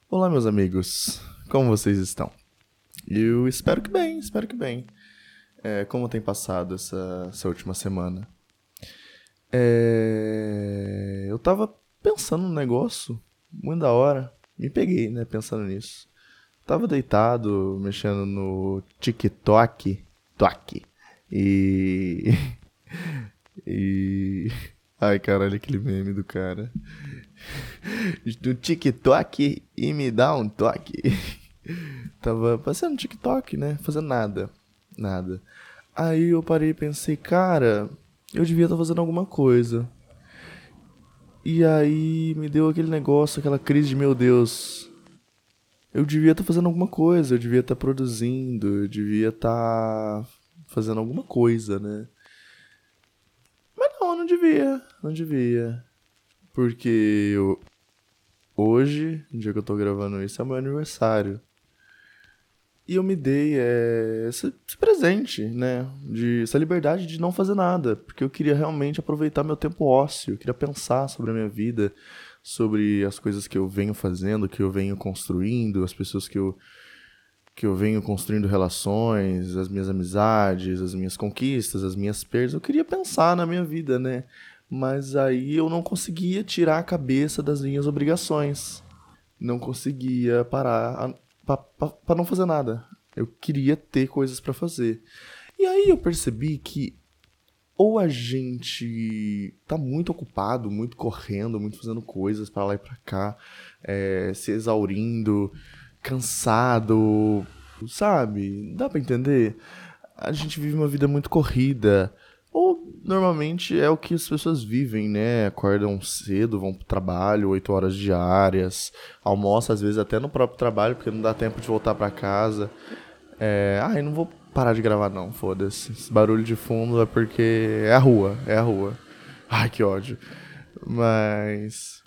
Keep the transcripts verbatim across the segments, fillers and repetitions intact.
Olá, meus amigos, como vocês estão? Eu espero que bem, espero que bem. É, como tem passado essa, essa última semana? É, eu tava pensando num negócio muito da hora, me peguei, né, pensando nisso. Tava deitado, mexendo no TikTok, toque, e... e... Ai, caralho, aquele meme do cara. No TikTok e me dá um toque. Tava passando no TikTok, né? Fazendo nada. Nada. Aí eu parei e pensei, cara, eu devia estar fazendo alguma coisa. E aí me deu aquele negócio, aquela crise de meu Deus. Eu devia estar fazendo alguma coisa, eu devia estar produzindo, eu devia estar fazendo alguma coisa, né? Mas não, não devia, não devia. Porque eu, hoje, no dia que eu tô gravando isso, é meu aniversário. E eu me dei é, esse, esse presente, né? De, essa liberdade de não fazer nada. Porque eu queria realmente aproveitar meu tempo ósseo. Eu queria pensar sobre a minha vida, sobre as coisas que eu venho fazendo, que eu venho construindo, as pessoas que eu, que eu venho construindo relações, as minhas amizades, as minhas conquistas, as minhas perdas. Eu queria pensar na minha vida, né? Mas aí eu não conseguia tirar a cabeça das minhas obrigações. Não conseguia parar para não fazer nada. Eu queria ter coisas para fazer. E aí eu percebi que ou a gente tá muito ocupado, muito correndo, muito fazendo coisas para lá e para cá, é, se exaurindo, cansado, sabe? Dá para entender? A gente vive uma vida muito corrida. Ou normalmente é o que as pessoas vivem, né? Acordam cedo, vão pro trabalho, oito horas diárias, almoçam às vezes até no próprio trabalho, porque não dá tempo de voltar pra casa. É... Ai, não vou parar de gravar não, foda-se. Esse barulho de fundo é porque é a rua, é a rua. Ai, que ódio. Mas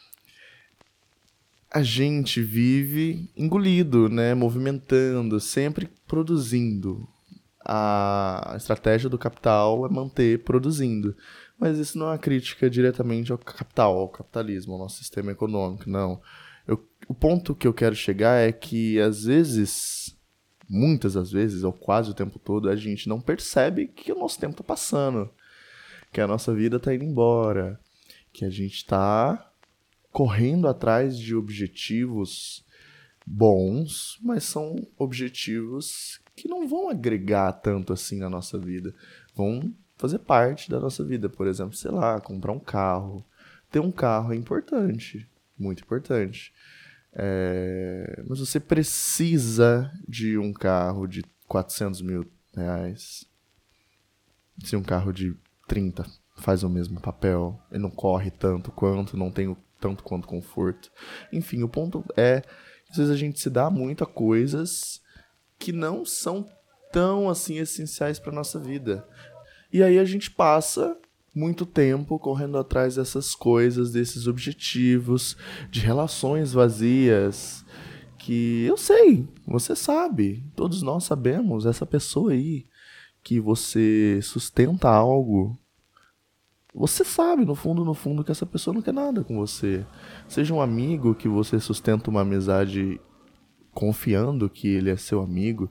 a gente vive engolido, né? Movimentando, sempre produzindo. A estratégia do capital é manter produzindo. Mas isso não é uma crítica diretamente ao capital, ao capitalismo, ao nosso sistema econômico, não. Eu, o ponto que eu quero chegar é que, às vezes, muitas das vezes, ou quase o tempo todo, a gente não percebe que o nosso tempo está passando, que a nossa vida está indo embora, que a gente está correndo atrás de objetivos bons, mas são objetivos que não vão agregar tanto assim na nossa vida. Vão fazer parte da nossa vida. Por exemplo, sei lá, comprar um carro. Ter um carro é importante, muito importante. É... Mas você precisa de um carro de quatrocentos mil reais. Se um carro de trinta faz o mesmo papel, ele não corre tanto quanto, não tem o tanto quanto conforto. Enfim, o ponto é às vezes a gente se dá muito a coisas que não são tão assim essenciais para nossa vida. E aí a gente passa muito tempo correndo atrás dessas coisas, desses objetivos, de relações vazias, que eu sei, você sabe, todos nós sabemos, essa pessoa aí que você sustenta algo, você sabe, no fundo, no fundo, que essa pessoa não quer nada com você. Seja um amigo que você sustenta uma amizade confiando que ele é seu amigo,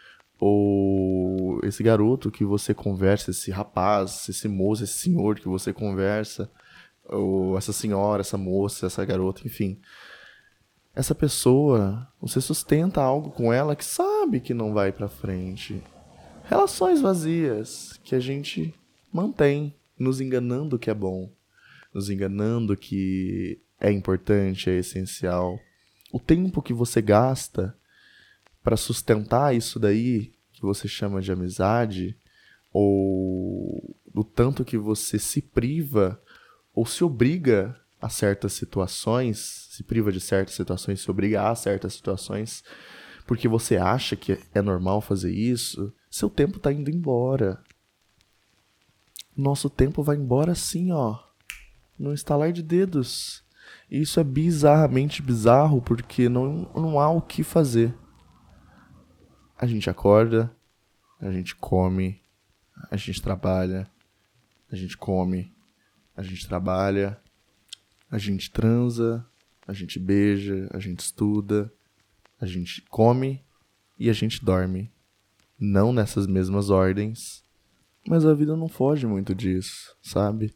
ou esse garoto que você conversa, esse rapaz, esse moço, esse senhor que você conversa, ou essa senhora, essa moça, essa garota, enfim. Essa pessoa, você sustenta algo com ela que sabe que não vai pra frente. Relações vazias que a gente mantém, nos enganando que é bom, nos enganando que é importante, é essencial. O tempo que você gasta para sustentar isso daí que você chama de amizade, ou do tanto que você se priva ou se obriga a certas situações, se priva de certas situações, se obriga a certas situações, porque você acha que é normal fazer isso, seu tempo tá indo embora. Nosso tempo vai embora assim, ó, num estalar de dedos. E isso é bizarramente bizarro, porque não, não há o que fazer. A gente acorda, a gente come, a gente trabalha, a gente come, a gente trabalha, a gente transa, a gente beija, a gente estuda, a gente come e a gente dorme. Não nessas mesmas ordens, mas a vida não foge muito disso, sabe?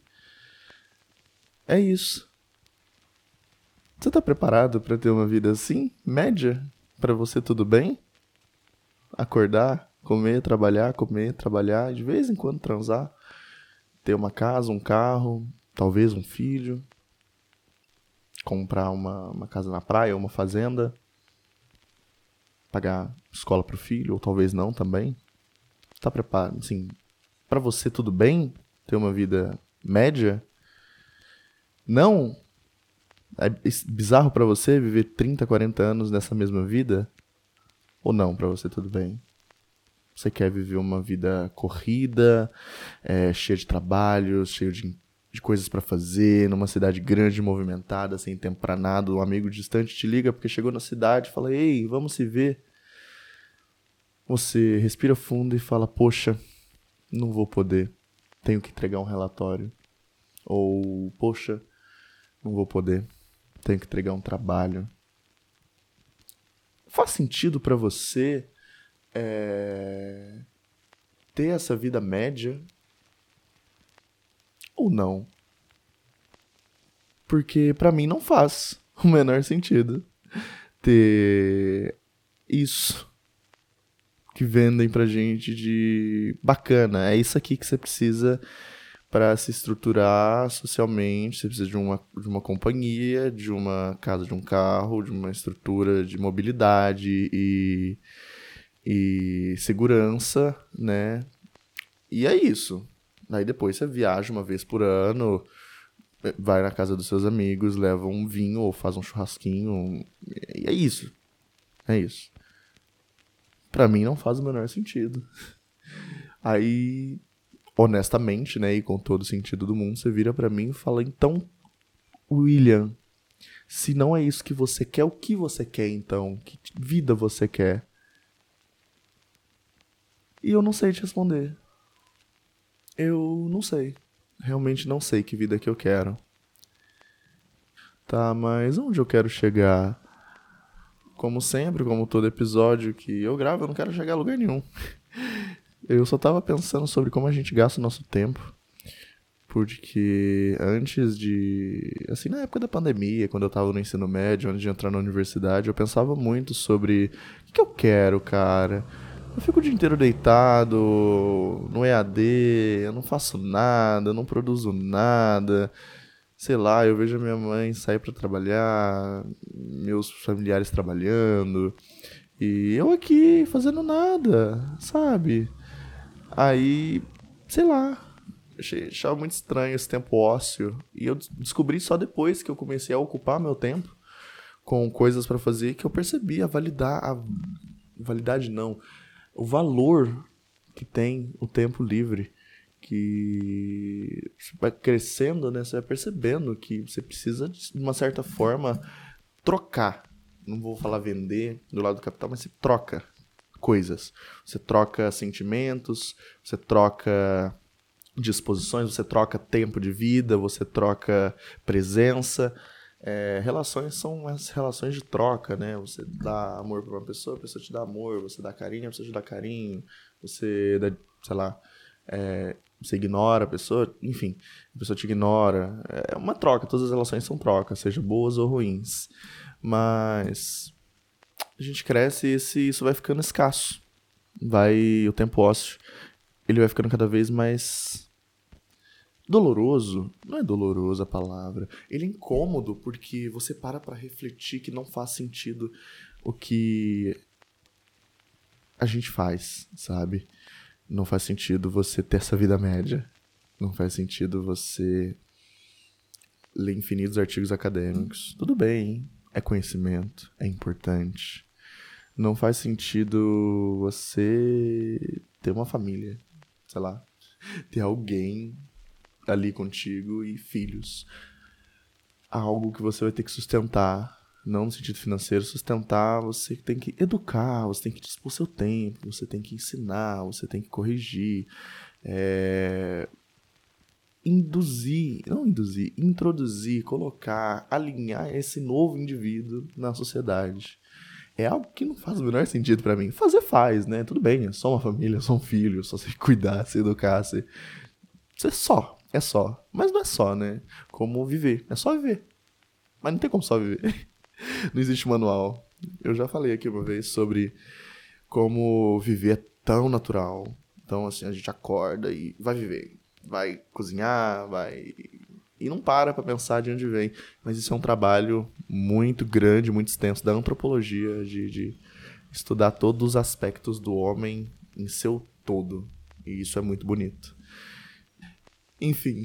É isso. Você tá preparado pra ter uma vida assim, média? Pra você tudo bem? Acordar, comer, trabalhar, comer, trabalhar, de vez em quando transar, ter uma casa, um carro, talvez um filho, comprar uma, uma casa na praia, uma fazenda, pagar escola pro filho, ou talvez não também. Tá preparado, assim, pra você tudo bem? Ter uma vida média? Não? É bizarro pra você viver trinta, quarenta anos nessa mesma vida? Ou não, pra você tudo bem? Você quer viver uma vida corrida, é, cheia de trabalhos, cheia de, de coisas pra fazer, numa cidade grande, movimentada, sem tempo pra nada. Um amigo distante te liga porque chegou na cidade e fala: ei, vamos se ver. Você respira fundo e fala: poxa, não vou poder, tenho que entregar um relatório. Ou, poxa, não vou poder, tenho que entregar um trabalho. Faz sentido pra você é, ter essa vida média ou não? Porque pra mim não faz o menor sentido ter isso que vendem pra gente de bacana. É isso aqui que você precisa para se estruturar socialmente. Você precisa de uma, de uma companhia, de uma casa, de um carro, de uma estrutura de mobilidade e, e segurança, né? E é isso. Aí depois você viaja uma vez por ano, vai na casa dos seus amigos, leva um vinho ou faz um churrasquinho. E é isso. É isso. Pra mim não faz o menor sentido. Aí, honestamente, né, e com todo o sentido do mundo, você vira pra mim e fala: então, William, se não é isso que você quer, o que você quer então? Que vida você quer? E eu não sei te responder. Eu não sei. Realmente não sei que vida que eu quero. Tá, mas onde eu quero chegar? Como sempre, como todo episódio que eu gravo, eu não quero chegar a lugar nenhum. Eu só tava pensando sobre como a gente gasta o nosso tempo. Porque antes de... Assim, na época da pandemia, quando eu tava no ensino médio, antes de entrar na universidade, eu pensava muito sobre o que, que eu quero, cara. Eu fico o dia inteiro deitado, no E A D, eu não faço nada, eu não produzo nada. Sei lá, eu vejo a minha mãe sair pra trabalhar, meus familiares trabalhando, e eu aqui fazendo nada, sabe? Aí, sei lá, achei, achava muito estranho esse tempo ósseo. E eu descobri só depois que eu comecei a ocupar meu tempo com coisas pra fazer que eu percebi a validar, a validade não, o valor que tem o tempo livre. Que você vai crescendo, né? Você vai percebendo que você precisa, de uma certa forma, trocar. Não vou falar vender do lado do capital, mas você troca coisas. Você troca sentimentos, você troca disposições, você troca tempo de vida, você troca presença. É, relações são as relações de troca, né? Você dá amor para uma pessoa, a pessoa te dá amor, você dá carinho, a pessoa te dá carinho, você dá, sei lá, é, você ignora a pessoa, enfim, a pessoa te ignora. É uma troca, todas as relações são trocas, sejam boas ou ruins. Mas a gente cresce e esse, isso vai ficando escasso. Vai, o tempo ósseo, ele vai ficando cada vez mais doloroso. Não é doloroso a palavra. Ele é incômodo porque você para pra refletir que não faz sentido o que a gente faz, sabe? Não faz sentido você ter essa vida média. Não faz sentido você ler infinitos artigos acadêmicos. Tudo bem, é conhecimento, é importante. Não faz sentido você ter uma família, sei lá, ter alguém ali contigo e filhos. Algo que você vai ter que sustentar, não no sentido financeiro, sustentar, você tem que educar, você tem que dispor seu tempo, você tem que ensinar, você tem que corrigir. É... induzir, não induzir, introduzir, colocar, alinhar esse novo indivíduo na sociedade. É algo que não faz o menor sentido pra mim. Fazer faz, né? Tudo bem, é só uma família, é só um filho, só se cuidar, se educar, se... é só, é só. Mas não é só, né? Como viver, é só viver. Mas não tem como só viver. Não existe manual. Eu já falei aqui uma vez sobre como viver é tão natural. Então, assim, a gente acorda e vai viver. Vai cozinhar, vai... E não para pra pensar de onde vem. Mas isso é um trabalho muito grande, muito extenso da antropologia, de, de estudar todos os aspectos do homem em seu todo. E isso é muito bonito. Enfim.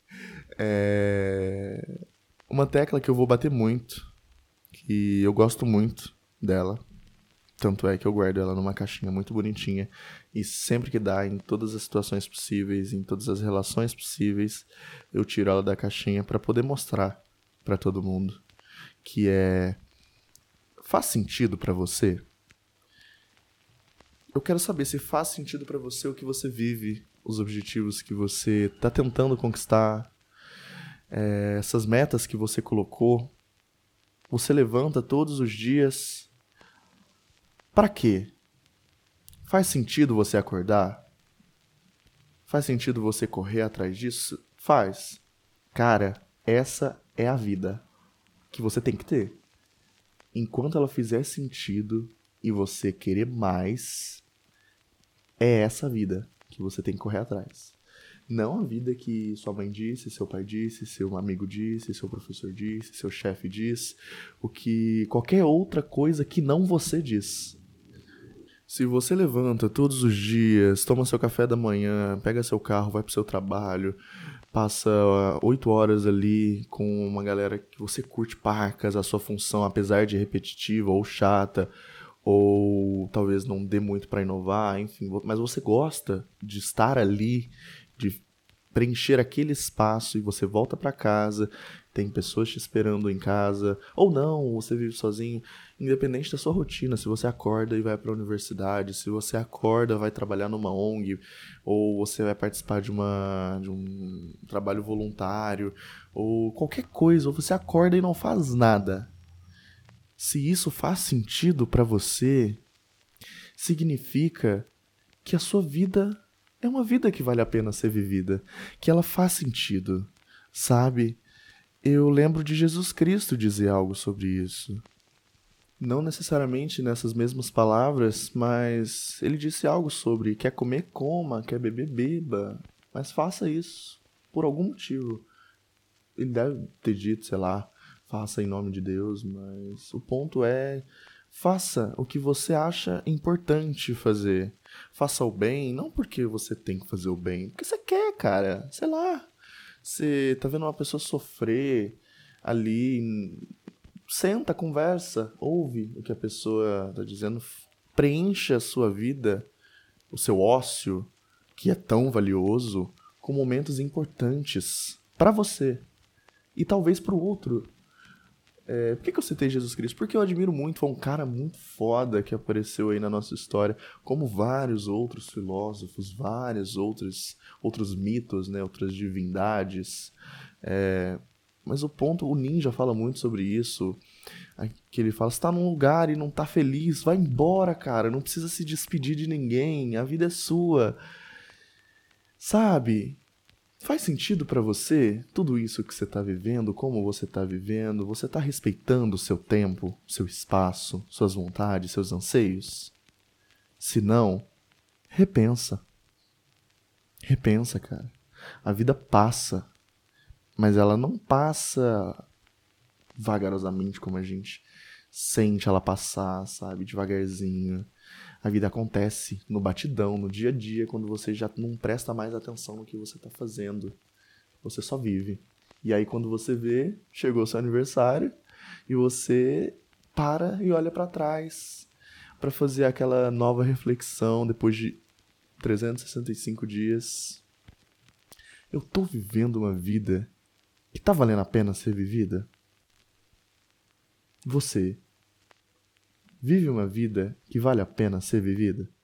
É... Uma tecla que eu vou bater muito, que eu gosto muito dela, tanto é que eu guardo ela numa caixinha muito bonitinha, e sempre que dá, em todas as situações possíveis, em todas as relações possíveis, eu tiro ela da caixinha para poder mostrar para todo mundo, que é... Faz sentido para você? Eu quero saber se faz sentido para você o que você vive, os objetivos que você tá tentando conquistar, é, essas metas que você colocou. Você levanta todos os dias. Pra quê? Faz sentido você acordar? Faz sentido você correr atrás disso? Faz. Cara, essa é a vida que você tem que ter. Enquanto ela fizer sentido e você querer mais, é essa vida que você tem que correr atrás. Não a vida que sua mãe disse, seu pai disse, seu amigo disse, seu professor disse, seu chefe disse, o que qualquer outra coisa que não você diz. Se você levanta todos os dias, toma seu café da manhã, pega seu carro, vai pro seu trabalho, passa oito horas ali com uma galera que você curte pacas, a sua função, apesar de repetitiva ou chata, ou talvez não dê muito pra inovar, enfim, mas você gosta de estar ali, de preencher aquele espaço, e você volta pra casa, tem pessoas te esperando em casa, ou não, você vive sozinho, independente da sua rotina, se você acorda e vai pra universidade, se você acorda, vai trabalhar numa O N G, ou você vai participar de, uma, de um trabalho voluntário, ou qualquer coisa, ou você acorda e não faz nada. Se isso faz sentido pra você, significa que a sua vida é uma vida que vale a pena ser vivida, que ela faz sentido, sabe? Eu lembro de Jesus Cristo dizer algo sobre isso. Não necessariamente nessas mesmas palavras, mas ele disse algo sobre quer comer, coma, quer beber, beba, mas faça isso por algum motivo. Ele deve ter dito, sei lá, faça em nome de Deus, mas o ponto é, faça o que você acha importante fazer. Faça o bem, não porque você tem que fazer o bem, porque você quer, cara, sei lá. Você tá vendo uma pessoa sofrer ali, senta, conversa, ouve o que a pessoa tá dizendo, preencha a sua vida, o seu ócio, que é tão valioso, com momentos importantes pra você e talvez pro outro. É, por que, que eu citei Jesus Cristo? Porque eu admiro muito, foi um cara muito foda que apareceu aí na nossa história, como vários outros filósofos, vários outros, outros mitos, né, outras divindades. É, mas o ponto, o Ninja fala muito sobre isso, que ele fala, você tá num lugar e não tá feliz, vai embora, cara, não precisa se despedir de ninguém, a vida é sua. Sabe? Faz sentido pra você tudo isso que você tá vivendo, como você tá vivendo? Você tá respeitando o seu tempo, seu espaço, suas vontades, seus anseios? Se não, repensa. Repensa, cara. A vida passa, mas ela não passa vagarosamente como a gente sente ela passar, sabe? Devagarzinho. A vida acontece no batidão, no dia a dia, quando você já não presta mais atenção no que você tá fazendo. Você só vive. E aí quando você vê, chegou seu aniversário, e você para e olha pra trás pra fazer aquela nova reflexão depois de trezentos e sessenta e cinco dias. Eu tô vivendo uma vida que tá valendo a pena ser vivida? Você vive uma vida que vale a pena ser vivida?